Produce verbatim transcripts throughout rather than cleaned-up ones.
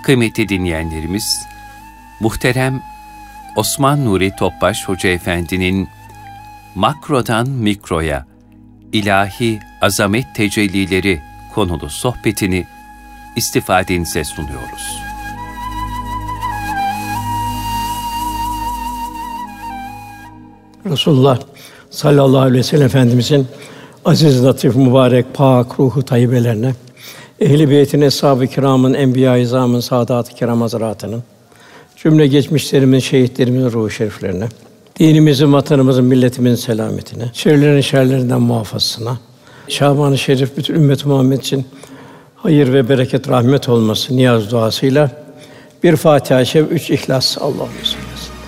Kıymetli dinleyenlerimiz, muhterem Osman Nuri Topbaş Hoca Efendi'nin Makrodan Mikroya, İlahi Azamet Tecellileri konulu sohbetini istifadenize sunuyoruz. Resulullah sallallahu aleyhi ve sellem Efendimizin aziz, latif, mübarek, pak ruhu tayyibelerine, ehl-i beytin, eshab-ı kiramın, enbiya-i izamın, saadat-ı kiram hazretlerinin, cümle geçmişlerimizin, şehitlerimizin ruhu şeriflerine, dinimizin, vatanımızın, milletimizin selametine, şerlerin şerlerinden muhafazasına, Şaban-ı Şerif bütün ümmet-i Muhammed için hayır ve bereket, rahmet olması niyaz duasıyla bir Fatiha-i Şerif, üç İhlas. Allahümme salli.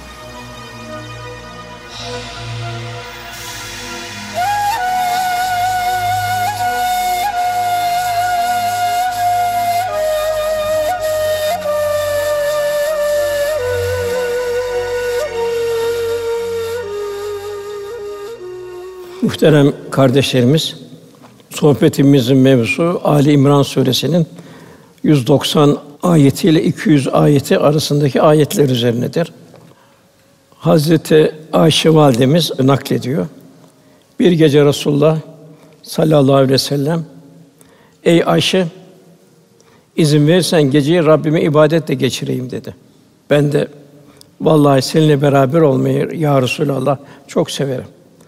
Muhterem kardeşlerimiz, sohbetimizin mevzusu Ali İmran Sûresinin yüz doksan ayeti ile iki yüz ayeti arasındaki ayetler üzerinedir. Hazreti Ayşe validemiz naklediyor. Bir gece Resulullah sallallahu aleyhi ve sellem, "Ey Ayşe, izin verirsen geceyi Rabbime ibadetle geçireyim." dedi. Ben de vallahi seninle beraber olmayı ya Resulallah çok severim.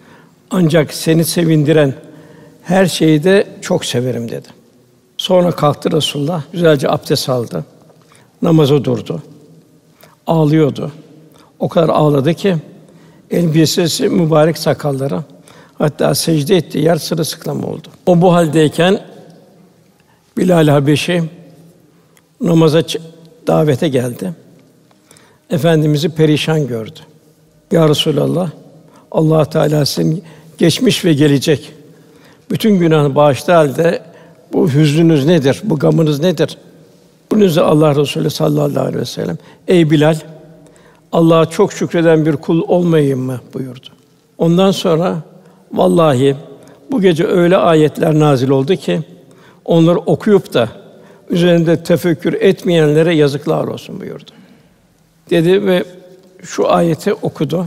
Ancak seni sevindiren her şeyi de çok severim dedi. Sonra kalktı Resulullah, güzelce abdest aldı. Namaza durdu. Ağlıyordu. O kadar ağladı ki elbisesi mübarek sakalları, hatta secde ettiği yer sırılsıklam oldu. O bu haldeyken Bilal Habeşi namaza davete geldi. Efendimiz'i perişan gördü. Ya Resulallah, Allah Teala sizin geçmiş ve gelecek bütün günahını bağışladığı halde bu hüznünüz nedir? Bu gamınız nedir? Bunun üzerine Allah Resulü sallallahu aleyhi ve sellem, "Ey Bilal, Allah'a çok şükreden bir kul olmayayım mı?" buyurdu. Ondan sonra vallahi bu gece öyle ayetler nazil oldu ki onları okuyup da üzerinde tefekkür etmeyenlere yazıklar olsun buyurdu. Dedi ve şu ayeti okudu.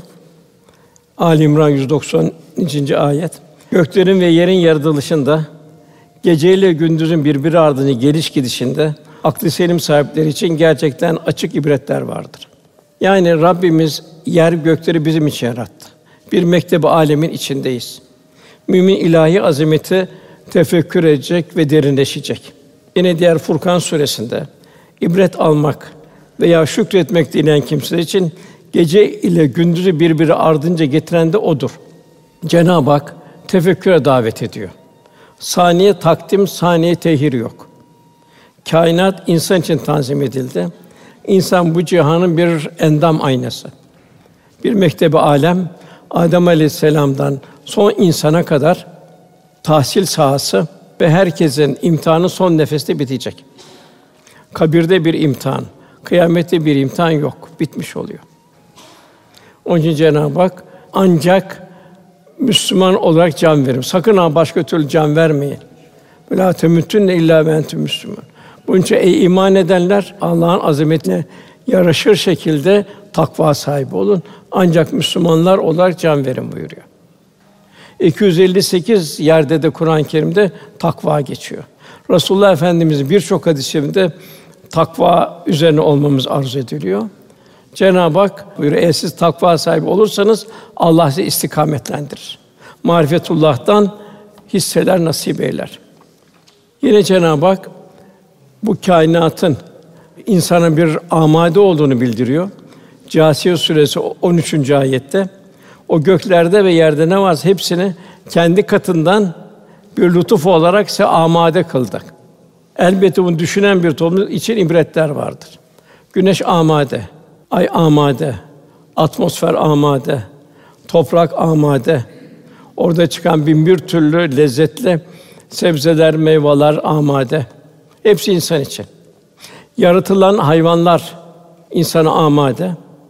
Ali İmran yüz doksanıncı ayet. Göklerin ve yerin yaratılışında, geceyle gündüzün birbiri ardına geliş gidişinde aklı selim sahipleri için gerçekten açık ibretler vardır. Yani Rabbimiz yer gökleri bizim için yarattı. Bir mektep-i âlemin içindeyiz. Mümin ilahi azameti tefekkür edecek ve derinleşecek. Yine diğer Furkan suresinde ibret almak veya şükretmek dileyen kimseler için gece ile gündüzü birbiri ardınca getiren de O'dur. Cenab-ı Hak tefekküre davet ediyor. Saniye takdim, saniye tehir yok. Kainat insan için tanzim edildi. İnsan bu cihanın bir endam aynası. Bir mektep-i âlem, Adem Aleyhisselam'dan son insana kadar tahsil sahası ve herkesin imtihanı son nefeste bitecek. Kabirde bir imtihan, kıyamette bir imtihan yok, bitmiş oluyor. Onun için Cenab-ı Hak ancak Müslüman olarak can verin. Sakın ha başka türlü can vermeyin. Vela temüttünne illâ ve entüm müslümûn. Bunun için ey iman edenler, Allah'ın azametine yaraşır şekilde takva sahibi olun. Ancak Müslümanlar olarak can verin buyuruyor. iki yüz elli sekiz yerde de Kur'an-ı Kerim'de takva geçiyor. Resulullah Efendimiz'in birçok hadis-i takva üzerine olmamız arzu ediliyor. Cenab-ı Hak buyuruyor, eğer siz takva sahibi olursanız Allah sizi istikametlendirir. Marifetullah'tan hisseler nasip eyler. Yine Cenab-ı Hak bu kainatın insana bir amade olduğunu bildiriyor. Câsiye suresi on üçüncü ayette o göklerde ve yerde ne varsa hepsini kendi katından bir lütuf olarak size amade kıldık. Elbette bunu düşünen bir toplum için ibretler vardır. Güneş amade, ay amade, atmosfer amade, toprak amade. Orada çıkan bin bir türlü lezzetli sebzeler, meyveler amade. Hepsi insan için. Yaratılan hayvanlar insana amade.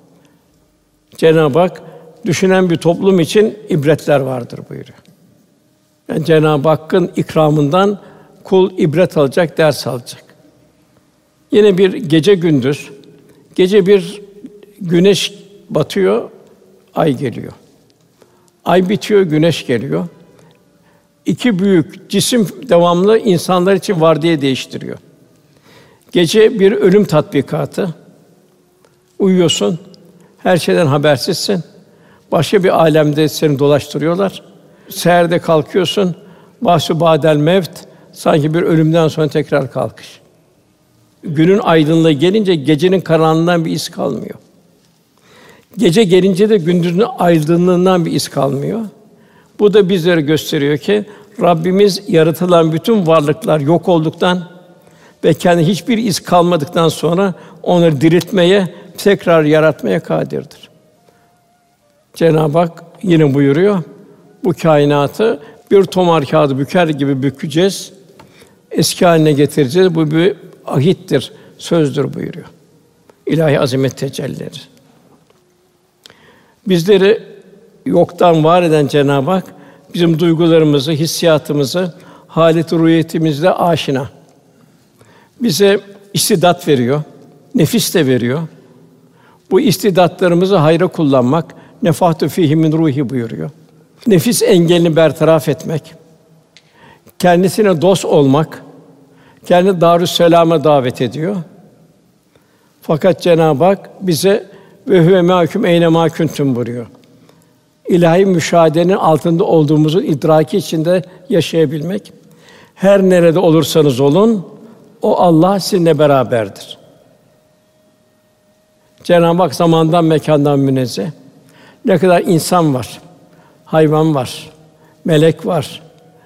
Cenab-ı Hak düşünen bir toplum için ibretler vardır buyuruyor. Yani Cenab-ı Hakk'ın ikramından kul ibret alacak, ders alacak. Yine bir gece gündüz, gece bir güneş batıyor, ay geliyor. Ay bitiyor, güneş geliyor. İki büyük cisim devamlı insanlar için vardiya değiştiriyor. Gece bir ölüm tatbikatı. Uyuyorsun, her şeyden habersizsin. Başka bir âlemde seni dolaştırıyorlar. Seherde kalkıyorsun, bahsü ba'del mevt, sanki bir ölümden sonra tekrar kalkış. Günün aydınlığı gelince gecenin karanlığından bir iz kalmıyor. Gece gelince de gündüzün aydınlığından bir iz kalmıyor. Bu da bizlere gösteriyor ki Rabbimiz yaratılan bütün varlıklar yok olduktan ve kendi hiçbir iz kalmadıktan sonra onları diriltmeye, tekrar yaratmaya kadirdir. Cenab-ı Hak yine buyuruyor, bu kainatı bir tomar kağıdı büker gibi bükeceğiz, eski haline getireceğiz. Bu bir ahittir, sözdür buyuruyor. İlahi azamet tecellileri. Bizleri yoktan var eden Cenab-ı Hak bizim duygularımızı, hissiyatımızı, hâlet-i ruhiyetimizle aşina. Bize istidat veriyor, nefis de veriyor. Bu istidatlarımızı hayra kullanmak, nefâhtü fîhî min ruhi buyuruyor. Nefis engelini bertaraf etmek, kendisine dost olmak, kendi Darüsselam'a davet ediyor. Fakat Cenab-ı Hak bize ve huve mâküm eyne mâ kuntum buyuruyor. İlahi müşahedenin altında olduğumuzu idraki içinde yaşayabilmek. Her nerede olursanız olun, o Allah sizinle beraberdir. Cenab-ı Hak zamandan, mekândan münezzeh. Ne kadar insan var, hayvan var, melek var,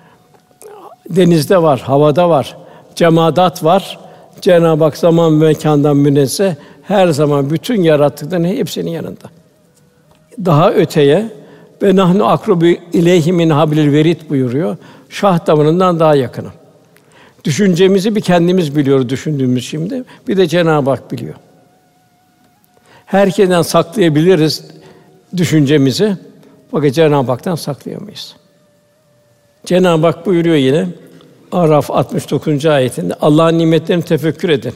denizde var, havada var, cemadat var. Cenab-ı Hak zaman ve mekândan münezzeh, her zaman bütün yarattıkların hepsinin yanında. Daha öteye ve nahnu akrubu ileyhi min hablil verid buyuruyor. Şah damarından daha yakınım. Düşüncemizi bir kendimiz biliyoruz düşündüğümüz şimdi. Bir de Cenab-ı Hak biliyor. Herkesten saklayabiliriz düşüncemizi. Fakat Cenab-ı Hak'tan saklayamayız. Cenab-ı Hak buyuruyor yine Araf altmış dokuzuncu ayetinde Allah'ın nimetlerini tefekkür edin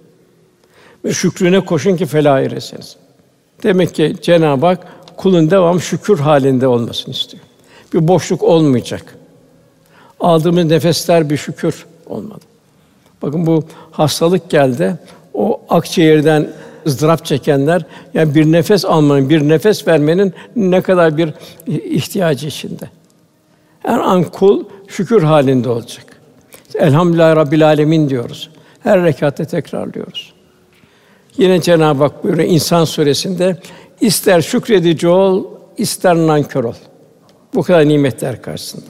ve şükrüne koşun ki felah eresiniz. Demek ki Cenab-ı Hak kulun devam şükür halinde olmasını istiyor. Bir boşluk olmayacak. Aldığımız nefesler bir şükür olmalı. Bakın bu hastalık geldi. O akciğerden ızdırap çekenler, yani bir nefes almanın, bir nefes vermenin ne kadar bir ihtiyacı içinde. Her an kul şükür halinde olacak. Elhamdülillahi Rabbil âlemin diyoruz. Her rekatta tekrarlıyoruz. Yine Cenab-ı Hak buyuruyor İnsan suresinde ister şükredici ol, ister nankör ol. Bu kadar nimetler karşısında.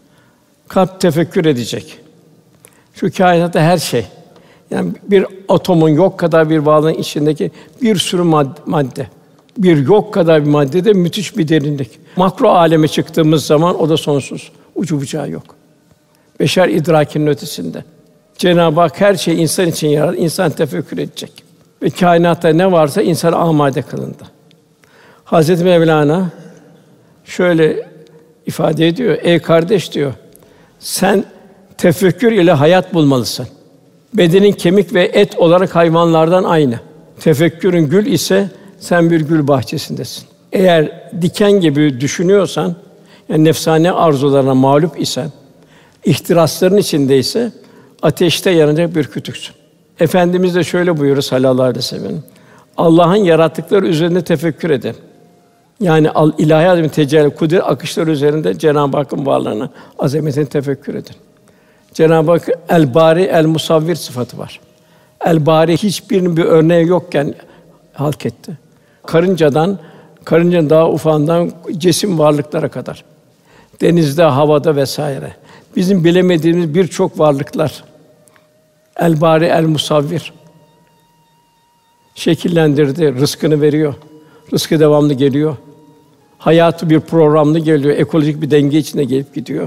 Kalp tefekkür edecek. Şu kainatta her şey. Yani bir atomun yok kadar bir varlığın içindeki bir sürü madde. Bir yok kadar bir maddede müthiş bir derinlik. Makro aleme çıktığımız zaman o da sonsuz. Ucu bucağı yok. Beşer idrakinin ötesinde. Cenab-ı Hak her şeyi insan için yarattı. İnsan tefekkür edecek. Ve kainatta ne varsa insan amade kılındı. Hazreti Mevlana şöyle ifade ediyor. Ey kardeş diyor. Sen tefekkür ile hayat bulmalısın. Bedenin kemik ve et olarak hayvanlardan aynı. Tefekkürün gül ise sen bir gül bahçesindesin. Eğer diken gibi düşünüyorsan, yani nefsane arzularına mağlup isen, ihtirasların içindeyse ateşte yanacak bir kütüksün. Efendimiz de şöyle buyuruyor sallallahu aleyhi ve sellem. Allah'ın yarattıkları üzerinde tefekkür edin. Yani al ilahi azim tecelli kudret akışları üzerinde Cenab-ı Hakk'ın varlığını, azametini tefekkür edin. Cenab-ı Hak el bari el musavvir sıfatı var. El bari hiçbirinin bir örneği yokken halk etti. Karıncadan, karıncanın daha ufağından cisim varlıklara kadar. Denizde, havada vesaire. Bizim bilemediğimiz birçok varlıklar. El bari el musavvir. Şekillendirdi, rızkını veriyor. Rızkı devamlı geliyor. Hayatı bir programlı geliyor, ekolojik bir denge içinde gelip gidiyor.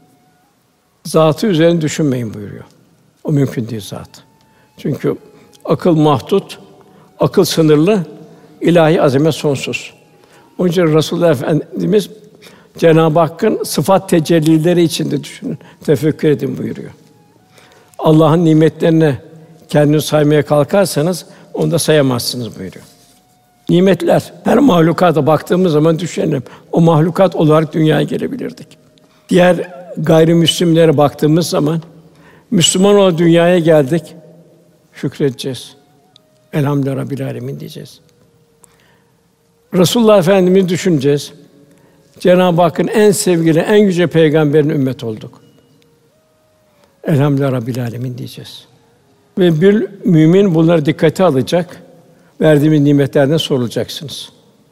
Zatı üzerine düşünmeyin buyuruyor. O mümkün değil zat. Çünkü akıl mahdut, akıl sınırlı, ilahi azamet sonsuz. Onun için Resulullah Efendimiz Cenab-ı Hakk'ın sıfat tecellileri içinde düşünün, tefekkür edin buyuruyor. Allah'ın nimetlerine kendinizi saymaya kalkarsanız onu da sayamazsınız buyuruyor. Nimetler, her mahlukata baktığımız zaman düşünelim. O mahlukat olarak dünyaya gelebilirdik. Diğer gayrimüslimlere baktığımız zaman Müslüman olarak dünyaya geldik. Şükredeceğiz. Elhamdülillah Rabbil âlemin diyeceğiz. Resulullah Efendimiz'i düşüneceğiz. Cenab-ı Hakk'ın en sevgili, en yüce peygamberinin ümmet olduk. Elhamdülillah Rabbil âlemin diyeceğiz. Ve bir mümin bunları dikkate alacak. Verdiğimiz nimetlerden sorulacaksınız.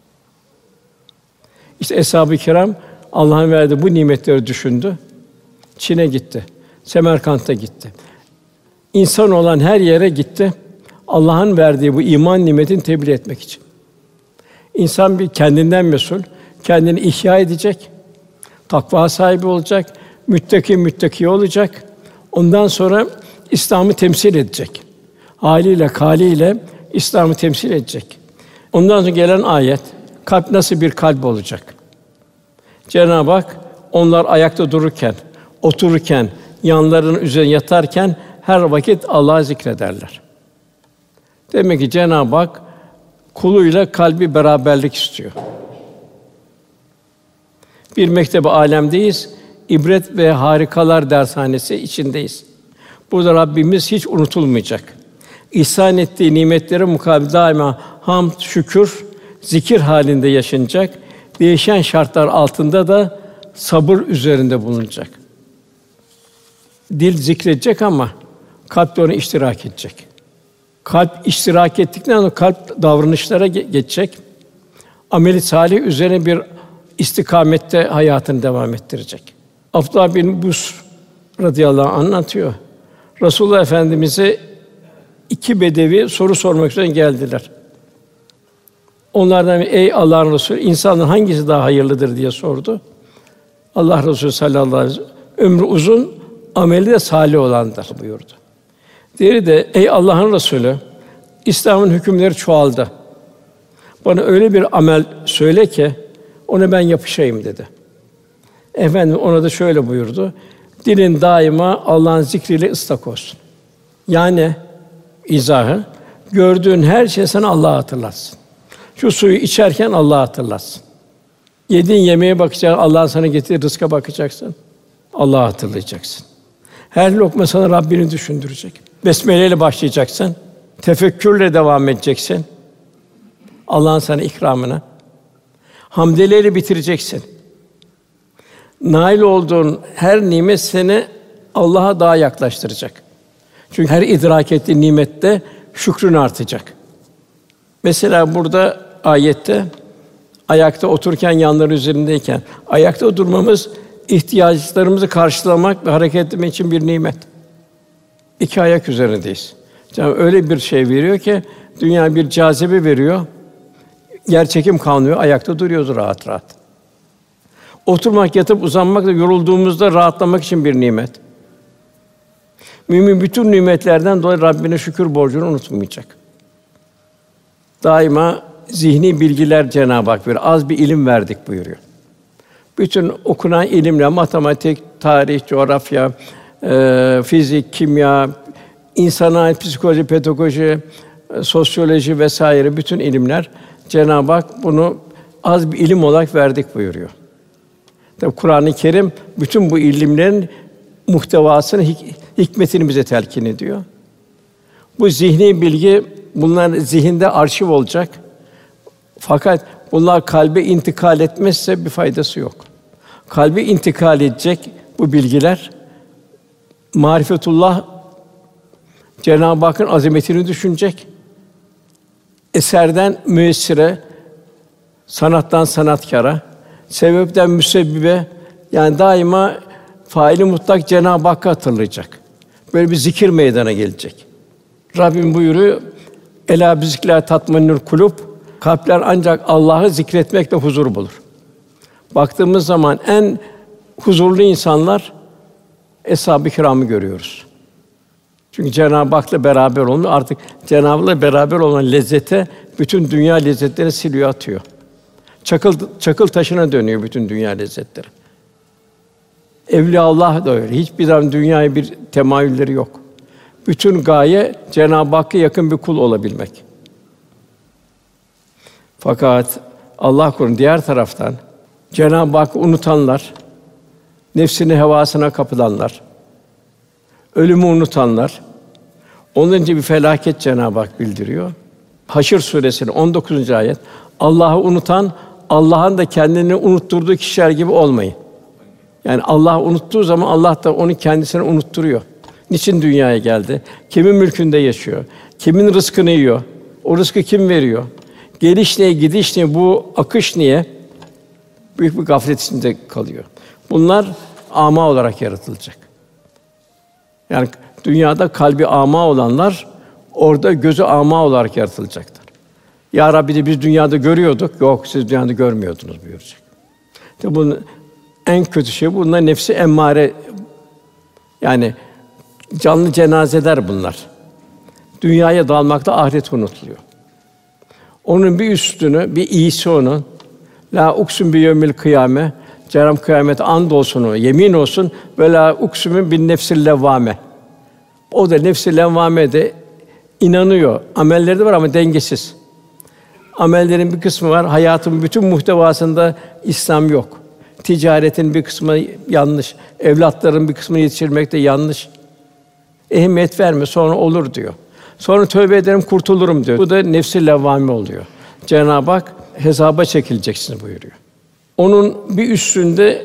İşte Eshab-ı Kiram Allah'ın verdiği bu nimetleri düşündü. Çin'e gitti. Semerkant'a gitti. İnsan olan her yere gitti. Allah'ın verdiği bu iman nimetini tebliğ etmek için. İnsan bir kendinden mesul, kendini ihya edecek, takva sahibi olacak, müttaki müttaki olacak. Ondan sonra İslam'ı temsil edecek. Hâliyle, kâliyle İslam'ı temsil edecek. Ondan sonra gelen ayet, kalp nasıl bir kalp olacak? Cenab-ı Hak onlar ayakta dururken, otururken, yanlarının üzerine yatarken her vakit Allah'ı zikrederler. Demek ki Cenab-ı Hak kuluyla kalbi beraberlik istiyor. Bir mektep-i âlem'deyiz. İbret ve harikalar dershanesi içindeyiz. Burada Rabbimiz hiç unutulmayacak. İhsan ettiği nimetlere mukabil daima hamd, şükür, zikir halinde yaşanacak. Değişen şartlar altında da sabır üzerinde bulunacak. Dil zikredecek ama kalp de ona iştirak edecek. Kalp iştirak ettikten sonra kalp davranışlara geçecek. Amel-i salih üzerine bir istikamette hayatını devam ettirecek. Abdullah bin Busr radıyallahu anh anlatıyor. Resulullah Efendimiz'e iki bedevi soru sormak üzere geldiler. Onlardan ey Allah'ın Resulü, insanın hangisi daha hayırlıdır diye sordu. Allah Resulü sallallahu aleyhi ve sellem ömrü uzun, ameli de salih olandır buyurdu. Diğeri de ey Allah'ın Resulü, İslam'ın hükümleri çoğaldı. Bana öyle bir amel söyle ki ona ben yapışayım dedi. Efendim ona da şöyle buyurdu. Dilin daima Allah'ın zikriyle ıslak olsun. Yani izahı, gördüğün her şey sana Allah'ı hatırlatsın. Şu suyu içerken Allah'ı hatırlatsın. Yediğin yemeğe bakacaksın, Allah'ın sana getirdiği rızka bakacaksın. Allah'ı hatırlayacaksın. Her lokma sana Rabbini düşündürecek. Besmele ile başlayacaksın. Tefekkürle devam edeceksin. Allah'ın sana ikramına. Hamdeleyle bitireceksin. Nail olduğun her nimet seni Allah'a daha yaklaştıracak. Çünkü her idrak ettiğin nimette şükrün artacak. Mesela burada ayette ayakta otururken yanları üzerindeyken ayakta durmamız ihtiyaçlarımızı karşılamak ve hareket etmek için bir nimet. İki ayak üzerindeyiz. Yani öyle bir şey veriyor ki dünya bir cazibe veriyor. Yerçekim kanunu, ayakta duruyoruz rahat rahat. Oturmak, yatıp uzanmak da yorulduğumuzda rahatlamak için bir nimet. Mümin bütün nimetlerden dolayı Rabbine şükür borcunu unutmayacak. Daima zihni bilgiler Cenab-ı Hak veriyor. Az bir ilim verdik buyuruyor. Bütün okunan ilimler, matematik, tarih, coğrafya, e, fizik, kimya, insana ait psikoloji, pedagoji, e, sosyoloji vesaire bütün ilimler Cenab-ı Hak bunu az bir ilim olarak verdik buyuruyor. Tabi Kur'an-ı Kerim bütün bu ilimlerin muhtevasını, hik- hikmetini bize telkin ediyor. Bu zihni bilgi bunlar zihinde arşiv olacak. Fakat bunlar kalbe intikal etmezse bir faydası yok. Kalbe intikal edecek bu bilgiler marifetullah Cenab-ı Hakk'ın azametini düşünecek. Eserden müessire, sanattan sanatkara, sebepten müsebbibe, yani daima faili mutlak Cenab-ı Hakk'ı hatırlayacak. Böyle bir zikir meydana gelecek. Rabbim buyuruyor: "Elâ bizikrillahi tatmainnul kulûb." Kalpler ancak Allah'ı zikretmekle huzur bulur. Baktığımız zaman en huzurlu insanlar Eshab-ı Kiram'ı görüyoruz. Çünkü Cenab-ı Hak'la beraber olmuyor. Artık Cenab-ı Hak'la beraber olan lezzete bütün dünya lezzetlerini siliyor, atıyor. Çakıl çakıl taşına dönüyor bütün dünya lezzetleri. Evliyaullah da öyle. Hiçbir zaman dünyaya bir temayülleri yok. Bütün gaye Cenab-ı Hakk'a yakın bir kul olabilmek. Fakat Allah korusun diğer taraftan Cenab-ı Hakk'ı unutanlar, nefsine hevasına kapılanlar, ölümü unutanlar, onun için bir felaket Cenab-ı Hak bildiriyor. Haşr suresinin on dokuzuncu ayet. Allah'ı unutan, Allah'ın da kendini unutturduğu kişiler gibi olmayın. Yani Allah'ı unuttuğu zaman Allah da onu kendisine unutturuyor. Niçin dünyaya geldi? Kimin mülkünde yaşıyor? Kimin rızkını yiyor? O rızkı kim veriyor? Geliş niye, gidiş niye, bu akış niye? Büyük bir gaflet içinde kalıyor. Bunlar âmâ olarak yaratılacak. Yani dünyada kalbi âmâ olanlar orada gözü âmâ olarak yaratılacaklar. Ya Rabbi de biz dünyada görüyorduk. Yok, siz dünyada görmüyordunuz buyuracak. İşte bunun en kötü şey bunlar nefsi emmare. Yani canlı cenazeler bunlar. Dünyaya dalmakta ahiret unutuluyor. Onun bir üstünü, bir iyisi onun. La uksun bi yevmil kıyame. Cenab-ı kıyamet and olsun, yemin olsun ve la uksumun bin nefsil levvame. O da nefs-i levvame de inanıyor. Amelleri de var ama dengesiz. Amellerin bir kısmı var, hayatın bütün muhtevasında İslam yok. Ticaretin bir kısmı yanlış, evlatların bir kısmını yetiştirmekte yanlış. Ehemmiyet verme, sonra olur diyor. Sonra tövbe ederim, kurtulurum diyor. Bu da nefs-i levvame oluyor. Cenab-ı Hak hesaba çekileceksiniz buyuruyor. Onun bir üstünde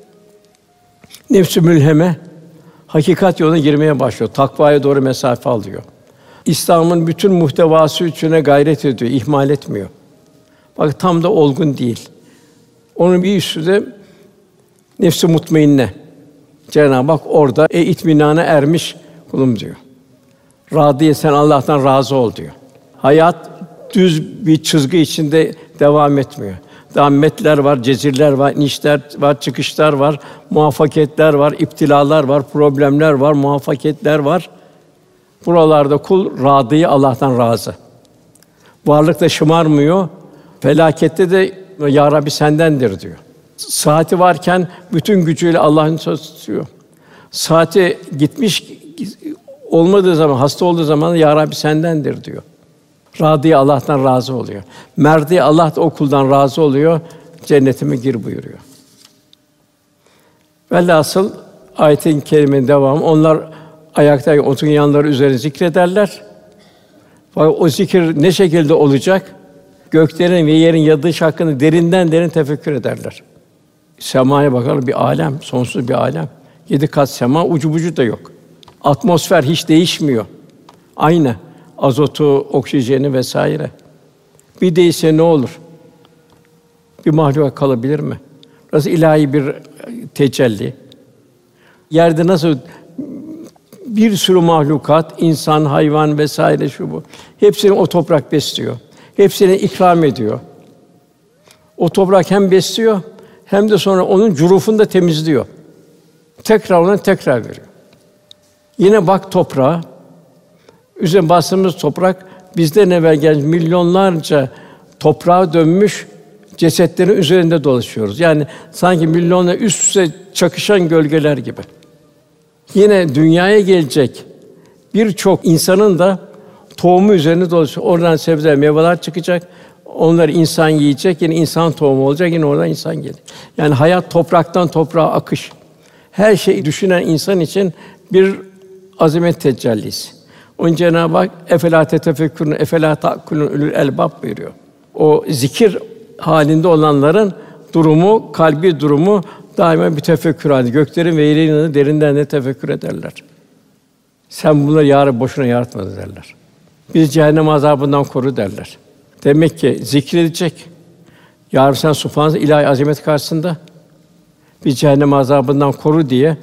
nefs-i mülheme hakikat yoluna girmeye başlıyor. Takvaya doğru mesafe alıyor. İslam'ın bütün muhtevası içine gayret ediyor, ihmal etmiyor. Bak tam da olgun değil. Onun bir üstü de nefs-i mutmainne. Cenab-ı Hak orada e itminana ermiş kulum diyor. Râdiye, sen Allah'tan razı ol diyor. Hayat düz bir çizgi içinde devam etmiyor. Dametler var, cezirler var, inişler var, çıkışlar var, muvaffakiyetler var, iptilalar var, problemler var, muvaffakiyetler var. Buralarda kul râdiye, Allah'tan razı. Varlıkta şımarmıyor, felakette de ya Rabbi sendendir diyor. Saati varken bütün gücüyle Allah'ın sözü tutuyor. Saati gitmiş olmadığı zaman, hasta olduğu zaman ya Rabbi sendendir diyor. Râdiye, Allah'tan razı oluyor. Merdiye, Allah da o kuldan razı oluyor. Cennetime gir buyuruyor. Velhasıl ayetin kerimenin devamı, onlar ayakta oturun yanları üzerine zikrederler. Fakat o zikir ne şekilde olacak? Göklerin ve yerin yaratılış hakkında derinden derin tefekkür ederler. Semaya bakarlar, bir alem, sonsuz bir alem. Yedi kat sema, ucu bucu da yok. Atmosfer hiç değişmiyor. Aynı. Azotu, oksijeni vesaire. Bir değişse ne olur? Bir mahluk kalabilir mi? Nasıl ilahi bir tecelli? Yerde nasıl bir sürü mahlukat, insan, hayvan vesaire şu bu. Hepsini o toprak besliyor. Hepsini ikram ediyor. O toprak hem besliyor hem de sonra onun cürufunu da temizliyor. Tekrar ona tekrar veriyor. Yine bak toprağa. Üzerine bastığımız toprak bizden evvel gelmiş milyonlarca toprağa dönmüş cesetlerin üzerinde dolaşıyoruz. Yani sanki milyonla üst üste çakışan gölgeler gibi. Yine dünyaya gelecek birçok insanın da tohumu üzerinde dolaşıyor. Oradan sebzeler, meyveler çıkacak. Onları insan yiyecek, yine insan tohumu olacak, yine oradan insan gelecek. Yani hayat topraktan toprağa akış. Her şeyi düşünen insan için bir azamet tecellisi. Onun Cenab-ı Hak efela tetefekkürün, efela ta'kulun ulul elbab buyuruyor. O zikir halinde olanların durumu, kalbi durumu daima bir tefekkür halinde. Göklerin ve yerin derinden de tefekkür ederler. Sen bunları ya Rabbi boşuna yaratmadın derler. Bizi cehennem azabından koru derler. Demek ki zikredecek. Ya Rabbi sen subhane ilahi azamet karşısında bizi cehennem azabından koru diye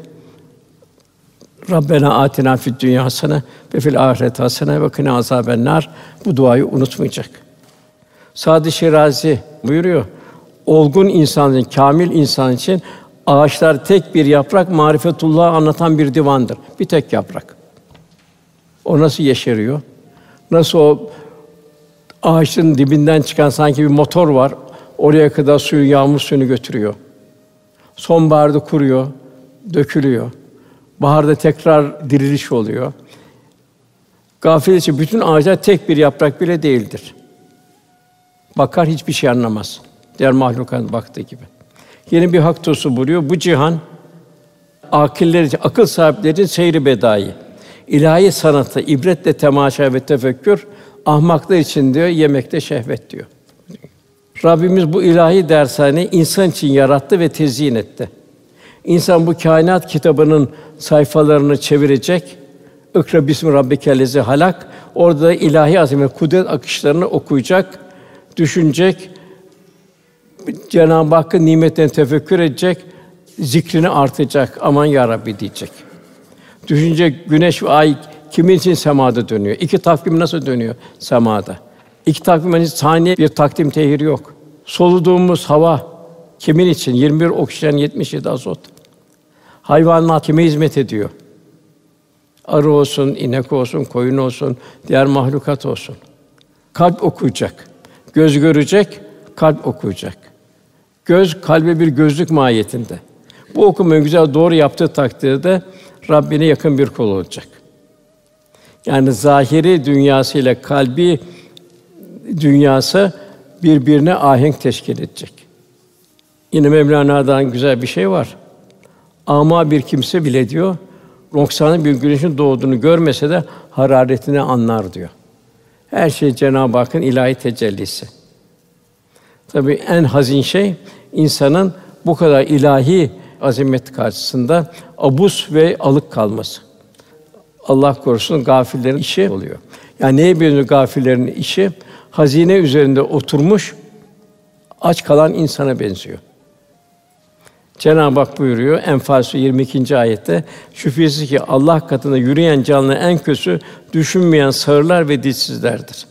Rabbena atina fid dünya hasene ve fil ahireti hasene ve kina azabennar bu duayı unutmayacak. Sâd-ı Şirazi buyuruyor. Olgun insan için, kâmil insan için ağaçlar tek bir yaprak marifetullah'ı anlatan bir divandır. Bir tek yaprak. O nasıl yeşeriyor? Nasıl o ağaçın dibinden çıkan sanki bir motor var. Oraya kadar suyu, yağmur suyunu götürüyor. Sonbaharda kuruyor, dökülüyor. Baharda tekrar diriliş oluyor. Gafil için bütün ağaçlar tek bir yaprak bile değildir. Bakar hiçbir şey anlamaz. Diğer mahlukatın baktığı gibi. Yeni bir hak dostu buyuruyor. Bu cihan âkiller için, akıl sahipleri için seyri bedâi. İlahi sanatı ibretle temaşa ve tefekkür, ahmaklar için diyor yemekte şehvet diyor. Rabbimiz bu ilahi dershaneyi insan için yarattı ve tezyin etti. İnsan bu kainat kitabının sayfalarını çevirecek. İkra bismi rabbikellezî halak. Orada ilahi azamet, kudret akışlarını okuyacak, düşünecek. Cenab-ı Hakk'ın nimetlerini tefekkür edecek, zikrini artıracak. Aman ya Rabbi diyecek. Düşünecek güneş ve ay kimin için semada dönüyor? İki takvim nasıl dönüyor semada? İki takvim hiç saniye bir takdim tehiri yok. Soluduğumuz hava kimin için? yirmi bir oksijen, yetmiş yedi azot. Hayvanlar kime hizmet ediyor? Arı olsun, inek olsun, koyun olsun, diğer mahlukat olsun. Kalp okuyacak. Göz görecek, kalp okuyacak. Göz kalbe bir gözlük mahiyetinde. Bu okumayı güzel doğru yaptığı takdirde Rabbine yakın bir kul olacak. Yani zahiri dünyasıyla kalbi dünyası birbirine ahenk teşkil edecek. Yine Mevlana'dan güzel bir şey var. Ama bir kimse bile diyor, noksanlı bir güneşin doğduğunu görmese de hararetini anlar diyor. Her şey Cenab-ı Hakk'ın ilahi tecellisi. Tabii en hazin şey insanın bu kadar ilahi azamet karşısında abus ve alık kalması. Allah korusun gafillerin işi oluyor. Yani neye benziyor gafillerin işi? Hazine üzerinde oturmuş aç kalan insana benziyor. Cenab-ı Hak buyuruyor Enfâl yirmi ikinci ayette şüphesiz ki Allah katında yürüyen canlı en kötüsü düşünmeyen sağırlar ve dilsizlerdir.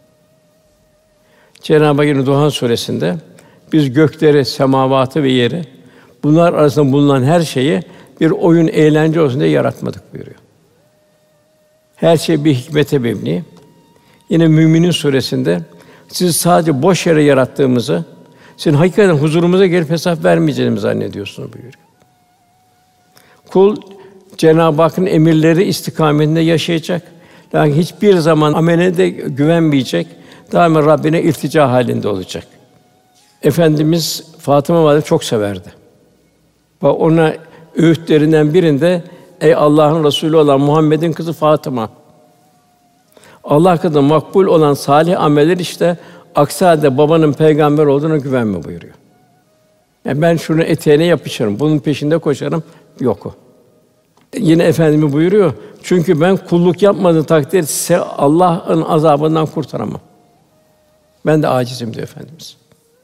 Cenab-ı Hak yine Duhan suresinde biz gökleri, semavatı ve yeri bunlar arasında bulunan her şeyi bir oyun, eğlence olsun diye yaratmadık buyuruyor. Her şey bir hikmete mebni. Yine Müminin suresinde sizi sadece boş yere yarattığımızı, sizin hakikaten huzurumuza gelip hesap vermeyeceğimizi zannediyorsunuz buyuruyor. Kul Cenab-ı Hakk'ın emirleri istikametinde yaşayacak. Lakin hiçbir zaman ameline de güvenmeyecek. Daima Rabbine iltica halinde olacak. Efendimiz Fatıma valide çok severdi. Ve ona öğütlerinden birinde ey Allah'ın Resulü olan Muhammed'in kızı Fatıma. Allah katında makbul olan salih ameller işte aksi halde babanın peygamber olduğuna güvenme buyuruyor. Yani ben şunu eteğine yapışırım, bunun peşinde koşarım, yok o. Yine Efendimiz buyuruyor, çünkü ben kulluk yapmadığım takdirde size Allah'ın azabından kurtaramam. Ben de acizim diyor Efendimiz.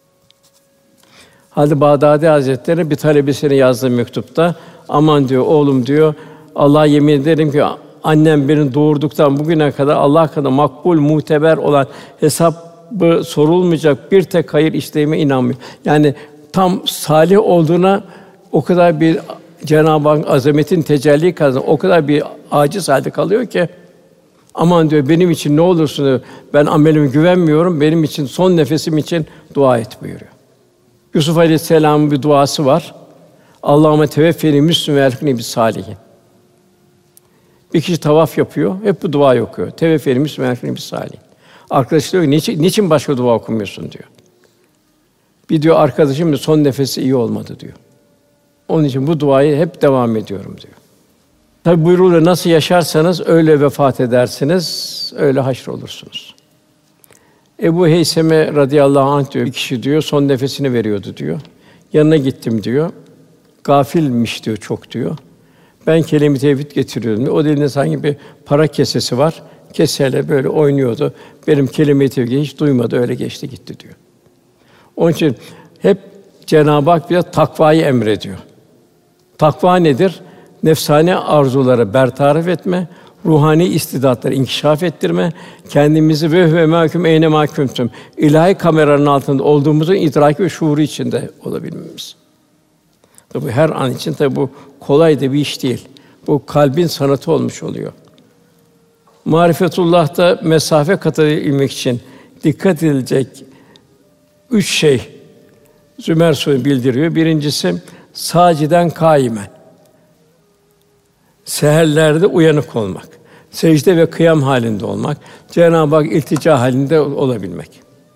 Halid Bağdadi Hazretleri bir talebesine yazdığı mektupta, aman diyor oğlum diyor, Allah'a yemin ederim ki annem beni doğurduktan bugüne kadar Allah katında makbul, muteber olan hesabı sorulmayacak bir tek hayır işlediğime inanmıyor. Yani tam salih olduğuna o kadar bir Cenab-ı Hak azametin tecelli kazanıyor, o kadar bir aciz halde kalıyor ki aman diyor benim için ne olursun diyor, ben amelime güvenmiyorum, benim için son nefesim için dua et buyuruyor. Yusuf Aleyhisselam'ın bir duası var. Allahümme teveffeni müslüm ve elhikni bis salihin. Bir kişi tavaf yapıyor, hep bu duayı okuyor. Teveffeni müslüm ve elhikni bis salihin. Arkadaş diyor ki, niçin, niçin başka dua okumuyorsun diyor. Bir diyor arkadaşım son nefesi iyi olmadı diyor. Onun için bu duayı hep devam ediyorum diyor. Tabi buyuruluyor, nasıl yaşarsanız öyle vefat edersiniz, öyle haşrolursunuz. Ebu Heyseme radıyallahu anh diyor, bir kişi diyor son nefesini veriyordu diyor. Yanına gittim diyor. Gafilmiş diyor çok diyor. Ben kelime-i tevhid getiriyordum. O elinde sanki bir para kesesi var. Keseyle böyle oynuyordu. Benim kelime-i tevhidi hiç duymadı, öyle geçti gitti diyor. Onun için hep Cenab-ı Hak bize takvayı emrediyor. Takva nedir? Nefsani arzuları bertaraf etme, ruhani istidatları inkişaf ettirme, kendimizi ve ve mahkum eyne mahkumtum ilahi kameranın altında olduğumuzun idraki ve şuuru içinde olabilmemiz. Tabii her an için tabii bu kolay da bir iş değil. Bu kalbin sanatı olmuş oluyor. Marifetullah'ta mesafe katabilmek için dikkat edilecek üç şey Zümer Suresi bildiriyor. Birincisi sâciden kâimen. Seherlerde uyanık olmak. secde ve kıyam halinde olmak, Cenab-ı Hak iltica halinde olabilmek.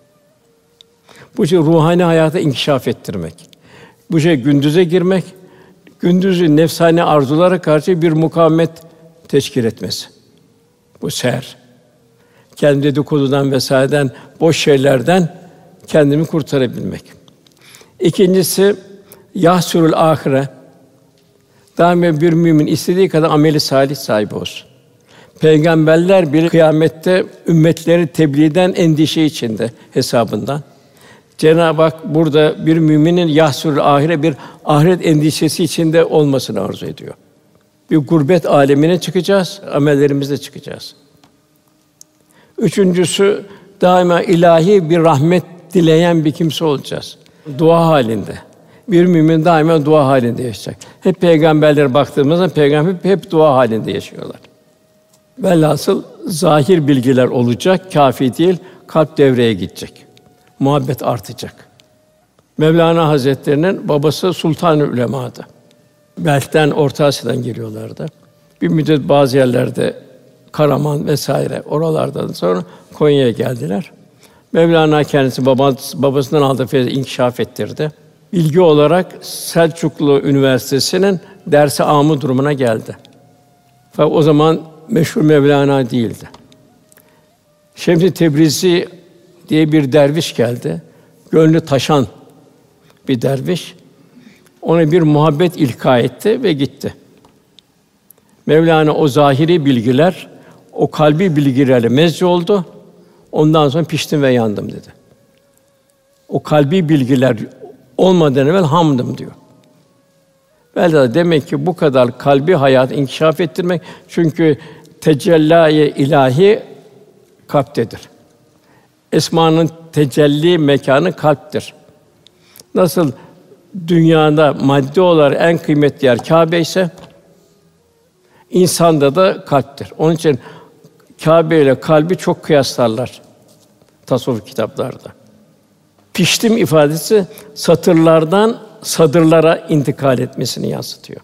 Bu şey ruhani hayata inkişaf ettirmek. Bu şey gündüze girmek, gündüzü nefsani arzulara karşı bir mukavemet teşkil etmesi. Bu seher. Kendi dedikodudan vesaireden, boş şeylerden kendimi kurtarabilmek. İkincisi yahsurul ahire. Daima bir mümin istediği kadar ameli salih sahibi olsun. Peygamberler bile kıyamette ümmetleri tebliğden endişe içinde hesabından. Cenab-ı Hak burada bir müminin yahsurul ahire bir ahiret endişesi içinde olmasını arzu ediyor. Bir gurbet alemine çıkacağız, amellerimizle çıkacağız. Üçüncüsü daima ilahi bir rahmet dileyen bir kimse olacağız. Dua halinde. Bir mümin daima dua halinde yaşayacak. Hep peygamberlere baktığımızda peygamber hep, hep dua halinde yaşıyorlar. Velhasıl zahir bilgiler olacak, kâfi değil, kalp devreye gidecek. Muhabbet artacak. Mevlana Hazretleri'nin babası Sultan-ı Ulema'dı. Belh'ten, Orta Asya'dan geliyorlardı. Bir müddet bazı yerlerde Karaman vesaire oralardan sonra Konya'ya geldiler. Mevlana kendisi babası, babasından aldığı feyzi inkişaf ettirdi. Bilgi olarak Selçuklu Üniversitesi'nin dersi âmı durumuna geldi. Fakat o zaman meşhur Mevlana değildi. Şems-i Tebrizi diye bir derviş geldi. Gönlü taşan bir derviş. Ona bir muhabbet ilka etti ve gitti. Mevlana o zahiri bilgiler, o kalbi bilgilerle mezci oldu. Ondan sonra piştim ve yandım dedi. O kalbi bilgiler olmadan evvel hamdım diyor. Velhâsıl demek ki bu kadar kalbi hayatı inkişaf ettirmek çünkü tecellâ-i ilahi kalptedir. Esma'nın tecelli mekânı kalptir. Nasıl dünyada maddi olarak en kıymetli yer Kâbe ise insanda da kalptir. Onun için Kâbe ile kalbi çok kıyaslarlar tasavvuf kitaplarda. Piştim ifadesi satırlardan sadırlara intikal etmesini yansıtıyor.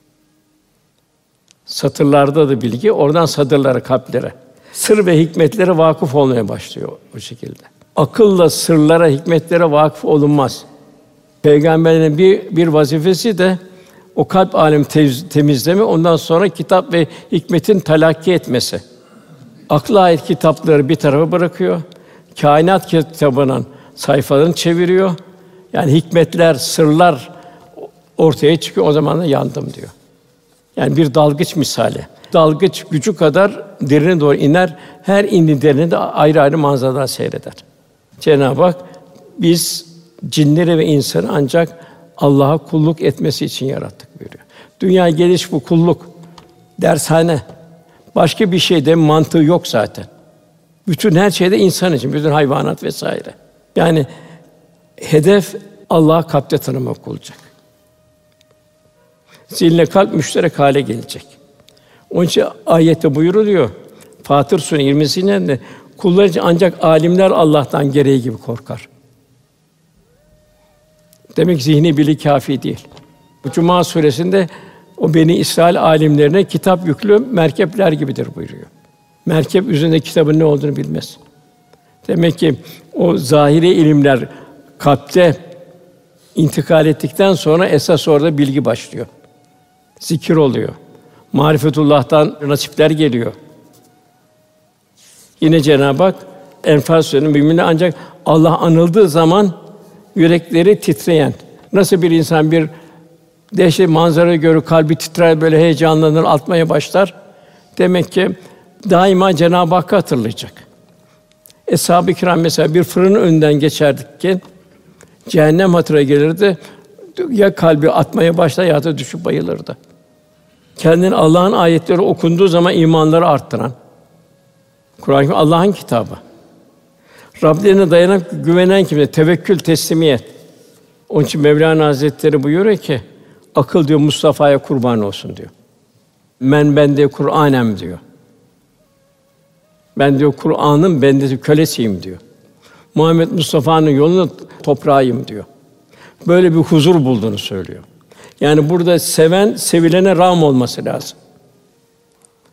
Satırlarda da bilgi, oradan sadırlara, kalplere, sır ve hikmetlere vakıf olmaya başlıyor o şekilde. Akılla sırlara, hikmetlere vakıf olunmaz. Peygamberlerin bir bir vazifesi de o kalp alemi tez, temizleme, ondan sonra kitap ve hikmetin telakki etmesi. Akla ait kitapları bir tarafa bırakıyor. Kainat kitabının sayfalarını çeviriyor. Yani hikmetler, sırlar ortaya çıkıyor. O zaman da yandım diyor. Yani bir dalgıç misali. Dalgıç gücü kadar derine doğru iner. Her indi derine de ayrı ayrı manzaralar seyreder. Cenab-ı Hak biz cinleri ve insanı ancak Allah'a kulluk etmesi için yarattık buyuruyor. Dünya geliş bu kulluk, dershane. Başka bir şeyde mantığı yok zaten. Bütün her şeyde insan için, bütün hayvanat vesaire. Yani hedef Allah'ı kalpte tanımak olacak. Zihne kalp müşterek hale gelecek. Onun için ayette buyuruluyor. Fatır Sûresi yirmisinde kullar için ancak âlimler Allah'tan gereği gibi korkar. Demek ki zihni bilgi kâfi değil. Bu Cuma Sûresinde o Beni İsrail âlimlerine kitap yüklü merkepler gibidir buyuruyor. Merkep üzerinde kitabın ne olduğunu bilmez. Demek ki o zahiri ilimler kalpte intikal ettikten sonra esas orada bilgi başlıyor. Zikir oluyor. Marifetullah'tan nasipler geliyor. Yine Cenab-ı Hak Enfal Sûresinde müminler ancak Allah anıldığı zaman yürekleri titreyen. Nasıl bir insan bir dehşet manzarayı görür, kalbi titrer, böyle heyecanlanır, atmaya başlar. Demek ki daima Cenab-ı Hakk'ı hatırlayacak. Eshab-ı Kiram mesela bir fırının önünden geçerdikken cehennem hatırına gelirdi. Ya kalbi atmaya başlar ya da düşüp bayılırdı. Kendini Allah'ın ayetleri okunduğu zaman imanları arttıran. Kur'an-ı Allah'ın kitabı. Rablerine dayanıp güvenen kimse, tevekkül, teslimiyet. Onun için Mevlana Hazretleri buyuruyor ki, akıl diyor Mustafa'ya kurban olsun diyor. Men bende Kur'anem diyor. Ben diyor Kur'an'ın bendesi kölesiyim diyor. Muhammed Mustafa'nın yolunu toprağıyım diyor. Böyle bir huzur bulduğunu söylüyor. Yani burada seven sevilene rağm olması lazım.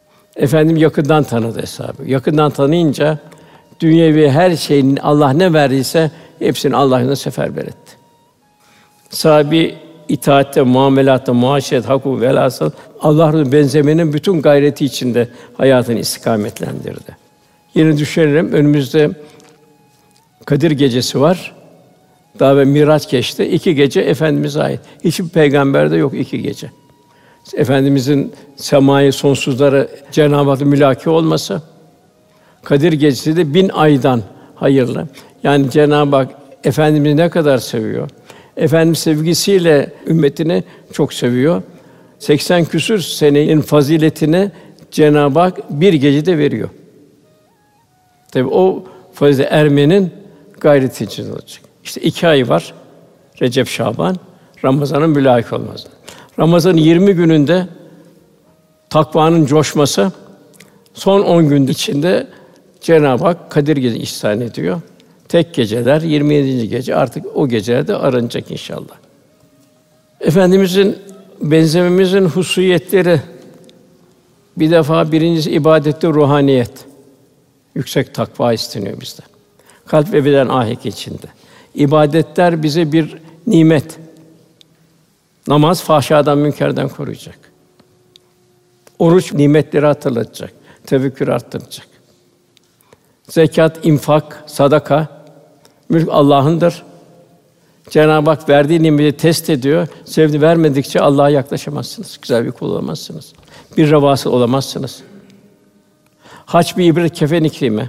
Efendim yakından tanıdı hesabı. Yakından tanıyınca dünyevi her şeyin Allah ne verdiyse hepsini Allah'ına seferber etti. Sahabi itaatte, muamelatta, muaşeret, hakûk velhasıl Allah'a benzemenin bütün gayreti içinde hayatını istikametlendirdi. Yine düşünelim, önümüzde Kadir Gecesi var. Daha ve Miraç geçti. İki gece Efendimiz'e ait. Hiçbir peygamberde yok iki gece. Efendimiz'in semâi sonsuzlara Cenab-ı Hak'la mülaki olması, Kadir Gecesi de bin aydan hayırlı. Yani Cenab-ı Hak Efendimiz'i ne kadar seviyor? Efendimiz sevgisiyle ümmetini çok seviyor. seksen küsur senenin faziletini Cenab-ı Hak bir gecede veriyor. Tabii o fazilete ermenin gayreti için olacak. İşte iki ay var. Recep, Şaban, Ramazan'ın mülaki olması. Ramazan'ın yirmi gününde takvanın coşması, son on gün içinde Cenab-ı Hak Kadir Gecesi ihsan ediyor. Tek geceler, yirmi yedinci gece artık o gecelerde aranacak inşallah. Efendimizin benzememizin hususiyetleri, bir defa birincisi ibadette ruhaniyet. Yüksek takva isteniyor bizden. Kalp ve beden ahenk içinde. İbadetler bize bir nimet. Namaz fahşadan, münkerden koruyacak. Oruç nimetleri hatırlatacak, tefekkür arttıracak. Zekat, infak, sadaka, mülk Allah'ındır. Cenab-ı Hak verdiği nimeti test ediyor. Sevdi vermedikçe Allah'a yaklaşamazsınız. Güzel bir kul olamazsınız. Bir revasıl olamazsınız. Hac bir ibret, kefen ikrime.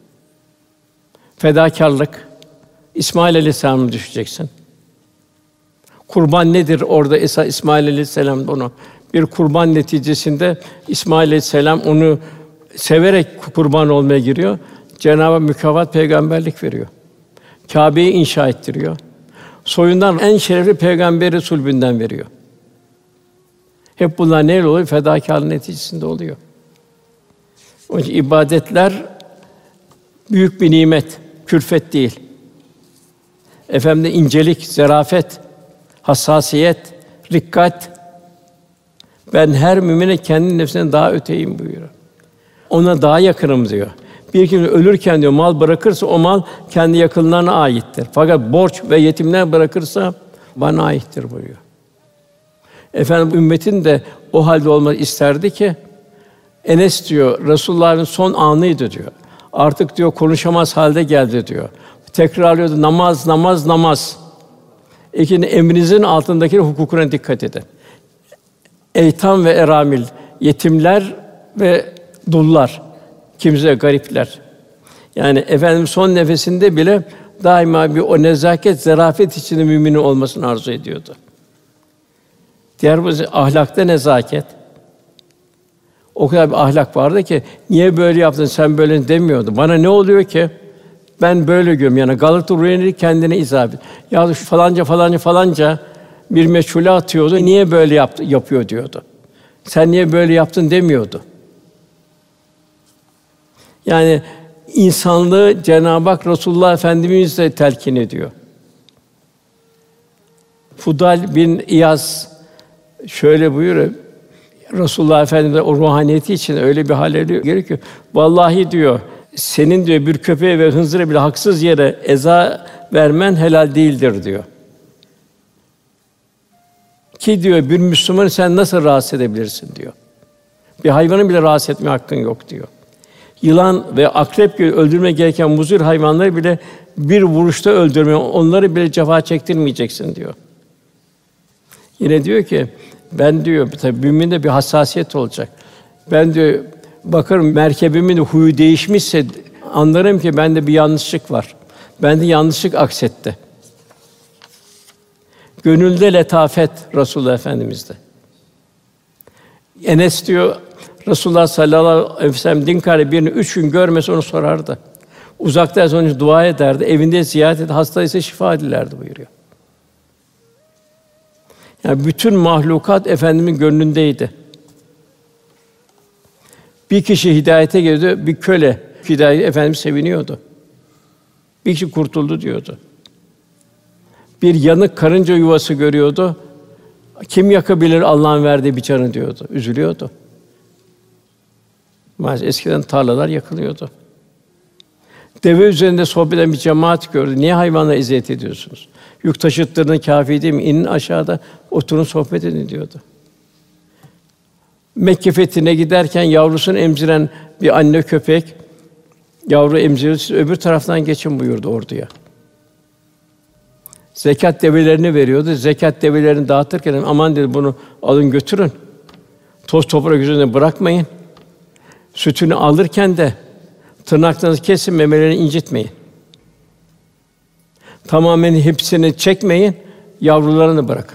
Fedakârlık. İsmail Aleyhisselam'ı düşeceksin. Kurban nedir? Orada esas İsmail Aleyhisselam onu bir kurban neticesinde İsmail Aleyhisselam onu severek kurban olmaya giriyor. Cenab-ı Hak mükafat peygamberlik veriyor. Kâbe'yi inşa ettiriyor. Soyundan en şerefli peygamberi sulbünden veriyor. Hep bunlar neyle oluyor? Fedakârlığın neticesinde oluyor. Onun için ibadetler büyük bir nimet, külfet değil. Efendim incelik, zarafet, hassasiyet, rikkat. Ben her mümine kendi nefsinden daha öteyim buyuruyor. Ona daha yakınım diyor. Bir kimse ölürken diyor mal bırakırsa o mal kendi yakınlarına aittir. Fakat borç ve yetimler bırakırsa bana aittir buyuruyor. Efendim ümmetin de o halde olmak isterdi ki Enes diyor Resulullah'ın son anıydı diyor. Artık diyor konuşamaz halde geldi diyor. Tekrarlıyordu namaz namaz namaz. İkinci emrinizin altındaki hukukuna dikkat edin. Eytam ve eramil, yetimler ve dullar, kimse garipler. Yani Efendimiz son nefesinde bile daima bir o nezaket, zarafet içinde müminin olmasını arzu ediyordu. Diğer bir ahlakta nezaket. O kadar bir ahlak vardı ki niye böyle yaptın, sen böyle demiyordu. Bana ne oluyor ki? Ben böyle görüyorum. Yani Galata Ruhani'yi kendine izah ediyor. Ya şu falanca falanca falanca bir meçhule atıyordu. Niye böyle yaptı, yapıyor diyordu. Sen niye böyle yaptın demiyordu. Yani insanlığı Cenab-ı Hak Resulullah Efendimiz de telkin ediyor. Fudal bin İyaz şöyle buyuruyor. Resulullah Efendimiz o ruhaniyeti için öyle bir hal ediyor ki vallahi diyor senin diyor bir köpeğe ve hınzıra bile haksız yere eza vermen helal değildir diyor. Ki diyor bir Müslümanı sen nasıl rahatsız edebilirsin diyor. Bir hayvanı bile rahatsız etme hakkın yok diyor. Yılan ve akrep gibi öldürme gereken muzir hayvanları bile bir vuruşta öldürme, onları bile cefa çektirmeyeceksin diyor. Yine diyor ki ben diyor tabii müminde bir hassasiyet olacak. Ben diyor bakarım merkebimin huyu değişmişse anlarım ki bende bir yanlışlık var. Bende yanlışlık aksetti. Gönülde letafet Resulullah Efendimiz'de. Enes diyor Resulullah sallallahu aleyhi ve sellem din karı birini üç gün görmese onu sorardı. Uzaktaysa onun için dua ederdi. Evinde ziyaret eder, hastaysa şifa dilerdi buyuruyor. Yani bütün mahlukat Efendimiz'in gönlündeydi. Bir kişi hidayete girdi, bir köle hidayete Efendimiz seviniyordu. Bir kişi kurtuldu diyordu. Bir yanık karınca yuvası görüyordu. Kim yakabilir Allah'ın verdiği bir canı diyordu. Üzülüyordu. Maalesef eskiden tarlalar yakılıyordu. Deve üzerinde sohbet eden bir cemaat gördü. Niye hayvanlara eziyet ediyorsunuz? Yük taşıttığına kâfi değil mi? İnin aşağıda, oturun sohbet edin diyordu. Mekke fethine giderken yavrusunu emziren bir anne köpek yavru emziriyor. Siz öbür taraftan geçin buyurdu orduya. Zekat develerini veriyordu. Zekat develerini dağıtırken aman dedi bunu alın götürün. Toz toprak üzerine bırakmayın. Sütünü alırken de tırnaklarınızı kesin, memelerini incitmeyin. Tamamen hepsini çekmeyin, yavrularını bırakın.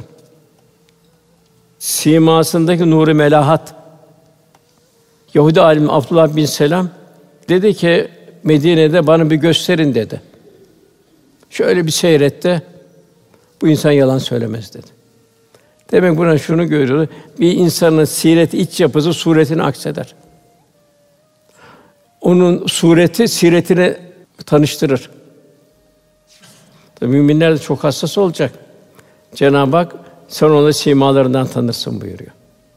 Simasındaki nuru melahat. Yahudi alim Abdullah bin Selam dedi ki Medine'de bana bir gösterin dedi. Şöyle bir seyretti. Bu insan yalan söylemez dedi. Demek buna şunu görüyoruz. Bir insanın siret iç yapısı suretini akseder. Onun sureti siretini tanıştırır. Tabii müminler de çok hassas olacak. Cenab-ı Hak sen onları simalarından tanırsın buyuruyor.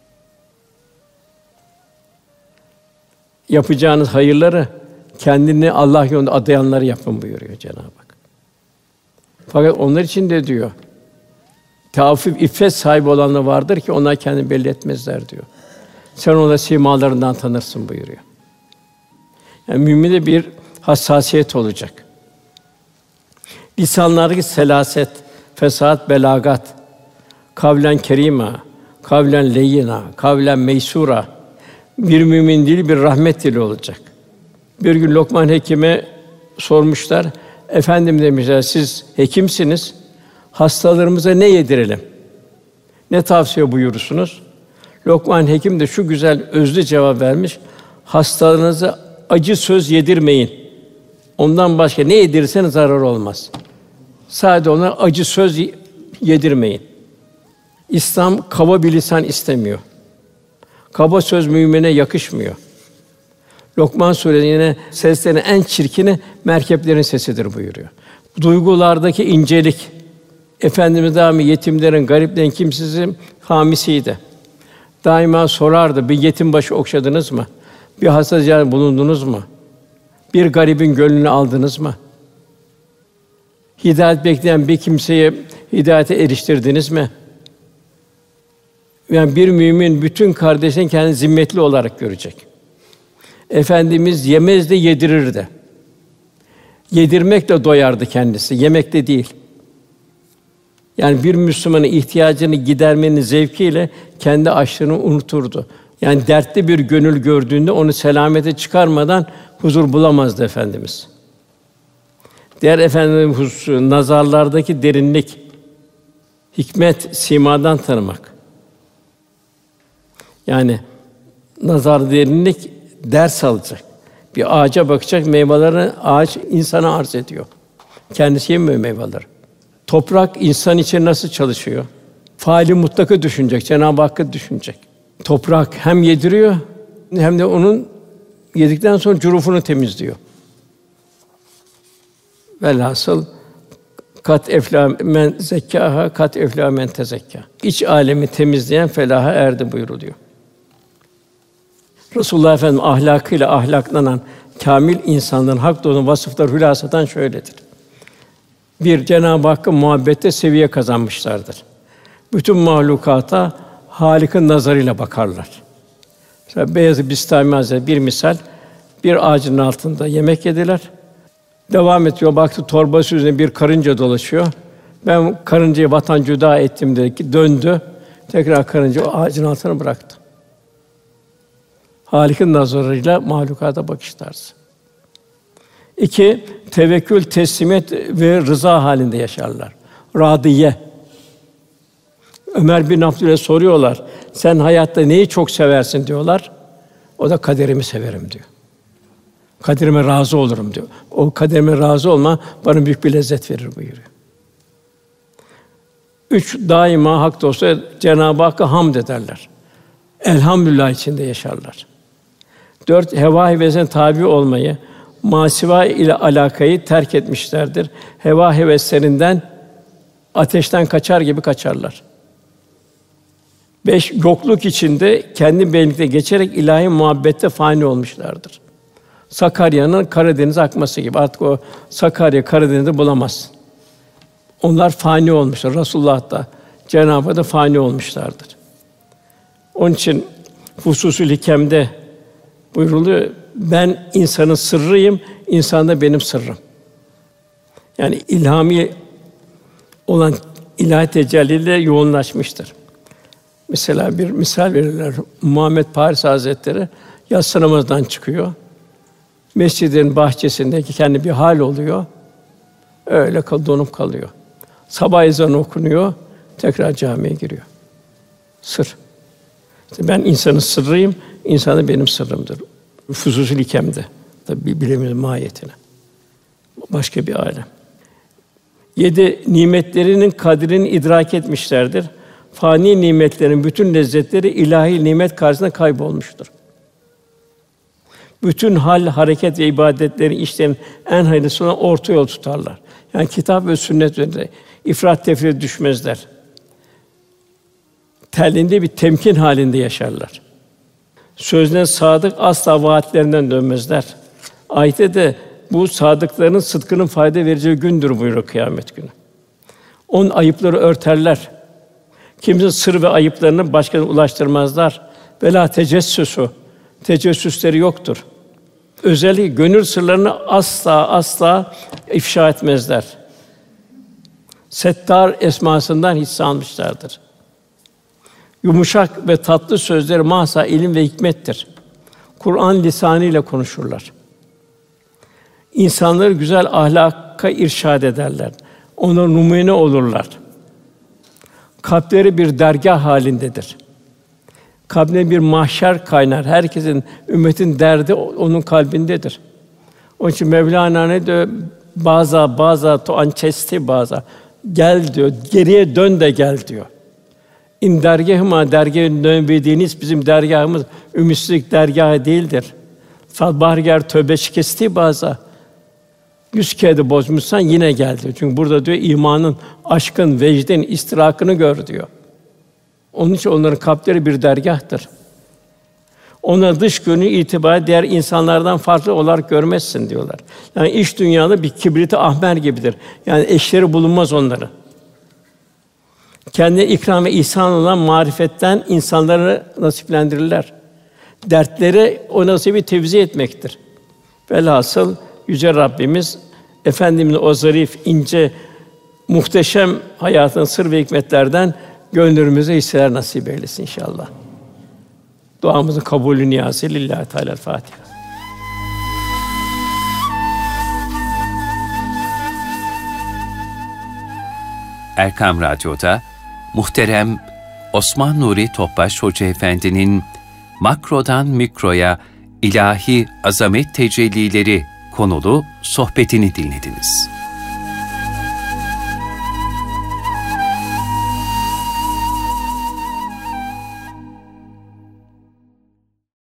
Yapacağınız hayırları kendini Allah yolunda adayanları yapın buyuruyor Cenab-ı Hak. Fakat onlar için de diyor, teaffüf, iffet sahibi olanlar vardır ki onlar kendini belli etmezler diyor. Sen onları simalarından tanırsın buyuruyor. Yani müminde bir hassasiyet olacak. Lisanlardaki selaset, fesat, belagat, kavlen kerîmâ, kavlen leyyinâ, kavlen meysûrâ, bir mümin dili bir rahmet dili olacak. Bir gün Lokman Hekim'e sormuşlar, efendim demişler, siz hekimsiniz, hastalarımıza ne yedirelim? Ne tavsiye buyurursunuz? Lokman Hekim de şu güzel özlü cevap vermiş, hastalarınıza acı söz yedirmeyin. Ondan başka ne yedirirseniz zarar olmaz. Sadece ona acı söz yedirmeyin. İslam kaba bir lisan istemiyor. Kaba söz mümine yakışmıyor. Lokman Suresi'nin yine seslerinin en çirkini merkeplerin sesidir buyuruyor. Duygulardaki incelik, Efendimiz daima yetimlerin, gariplerin, kimsizin hamisiydi. Daima sorardı, bir yetim başı okşadınız mı? Bir hasta ziyaretinde bulundunuz mu? Bir garibin gönlünü aldınız mı? Hidayet bekleyen bir kimseye hidayete eriştirdiniz mi? Yani bir mümin bütün kardeşini kendi zimmetli olarak görecek. Efendimiz yemez de yedirirdi. Yedirmekle doyardı kendisi, yemekte değil. Yani bir Müslümanın ihtiyacını gidermenin zevkiyle kendi açlığını unuturdu. Yani dertli bir gönül gördüğünde onu selamete çıkarmadan huzur bulamazdı Efendimiz. Diğer Efendimiz hususu nazarlardaki derinlik, hikmet simadan tanımak. Yani nazar derinlik ders alacak. Bir ağaca bakacak, meyvelerini ağaç insana arz ediyor. Kendisi yemiyor meyveleri. Toprak insan için nasıl çalışıyor? Faali mutlakı düşünecek, Cenab-ı Hakk'ı düşünecek. Toprak hem yediriyor hem de onun yedikten sonra cürufunu temizliyor. Velhasıl kat eflâ men zekkâhâ, kat eflâ men tezekkâ. İç alemi temizleyen felaha erdi buyuruluyor. Resulullah Efendimiz ahlakıyla ahlaklanan kâmil insanların hak dolu vasıfları hülasatan şöyledir. Bir, Cenab-ı Hakk'ın muhabbette seviye kazanmışlardır. Bütün mahlukata Hâlik'in nazarıyla bakarlar. Mesela Beyazıt Bistami Hazretleri bir misal, bir ağacın altında yemek yediler. Devam ediyor, baktı torbası üzerinde bir karınca dolaşıyor. Ben karıncayı vatan cüda ettim dedi, döndü. Tekrar karınca o ağacın altına bıraktı. Hâlik'in nazarıyla mahlukata bakış tarzı. İki, tevekkül, teslimiyet ve rıza halinde yaşarlar. Râdiye. Ömer bin Abdül'e soruyorlar, sen hayatta neyi çok seversin diyorlar. O da kaderimi severim diyor. Kaderime razı olurum diyor. O kaderime razı olma bana büyük bir lezzet verir buyuruyor. Üç, daima hak dostu Cenab-ı Hakk'a hamd ederler. Elhamdülillah içinde yaşarlar. Dört, heva hevesine tabi olmayı, masiva ile alakayı terk etmişlerdir. Heva heveslerinden ateşten kaçar gibi kaçarlar. Beş, yokluk içinde kendi benlikte geçerek ilahi muhabbette fani olmuşlardır. Sakarya'nın Karadeniz'e akması gibi. Artık o Sakarya Karadeniz'i bulamaz. Onlar fani olmuşlar. Resulullah da, Cenab-ı da fani olmuşlardır. Onun için Fususül Hikem'de buyruluyor, ben insanın sırrıyım, insan da benim sırrım. Yani ilhami olan ilahi tecelliyle yoğunlaşmıştır. Mesela bir misal verirler. Muhammed Paris Hazretleri yatsı namazından çıkıyor. Mescidin bahçesindeki kendi bir hal oluyor. Öyle kal donup kalıyor. Sabah ezanı okunuyor, tekrar camiye giriyor. Sır. İşte ben insanın sırrıyım, insan da benim sırrımdır. Fususül Hikem'de tabii bilimimizin mahiyetine. Başka bir alem. Yedi, nimetlerinin kadrini idrak etmişlerdir. Fani nimetlerin bütün lezzetleri ilahi nimet karşısında kaybolmuştur. Bütün hal, hareket ve ibadetlerin işlerin en hayırlısı olan orta yol tutarlar. Yani kitap ve sünnet üzerinde ifrat tefrite düşmezler. Telinde bir temkin halinde yaşarlar. Sözüne sadık, asla vaatlerinden dönmezler. Ayette de bu sadıkların sıdkının fayda vereceği gündür buyuruyor kıyamet günü. Onun ayıpları örterler. Kimse sır ve ayıplarını başkasına ulaştırmazlar. Vela tecessüsü, tecessüsleri yoktur. Özellikle gönül sırlarını asla asla ifşa etmezler. Settar esmasından hisse almışlardır. Yumuşak ve tatlı sözleri mahsa ilim ve hikmettir. Kur'an lisanıyla konuşurlar. İnsanları güzel ahlaka irşad ederler. Ona numune olurlar. Kalpleri bir dergâh halindedir. Kalbine bir mahşer kaynar. Herkesin, ümmetin derdi onun kalbindedir. Onun için Mevlana ne diyor? Baza baza to ançesti baza. Gel diyor, geriye dön de gel diyor. İn dergâhıma dergâhına dönmediğiniz bizim dergâhımız ümitsizlik dergâhı değildir. Fal bahrger tövbe şikesti baza. Yüz kere bozmuşsan yine gel diyor. Çünkü burada diyor imanın, aşkın, vecdin istirakını gör diyor. Onun için onların kalpleri bir dergâhtır. Ona dış görünüşü itibariyle diğer insanlardan farklı olarak görmezsin diyorlar. Yani iç dünyada bir kibrit-i ahmer gibidir. Yani eşleri bulunmaz onların. Kendine ikram ve ihsan olan marifetten insanları nasiplendirirler. Dertleri o nasibi tevzi etmektir. Velhasıl yüce Rabbimiz Efendimizin o zarif, ince, muhteşem hayatın sır ve hikmetlerden gönlümüze hisseler nasip eylesin inşallah. Duamızın kabulü niyazı lillahi teâlâ Fatiha. Erkam Radyo'da muhterem Osman Nuri Topbaş Hoca Efendi'nin Makrodan Mikroya ilahi azamet tecellileri konulu sohbetini dinlediniz.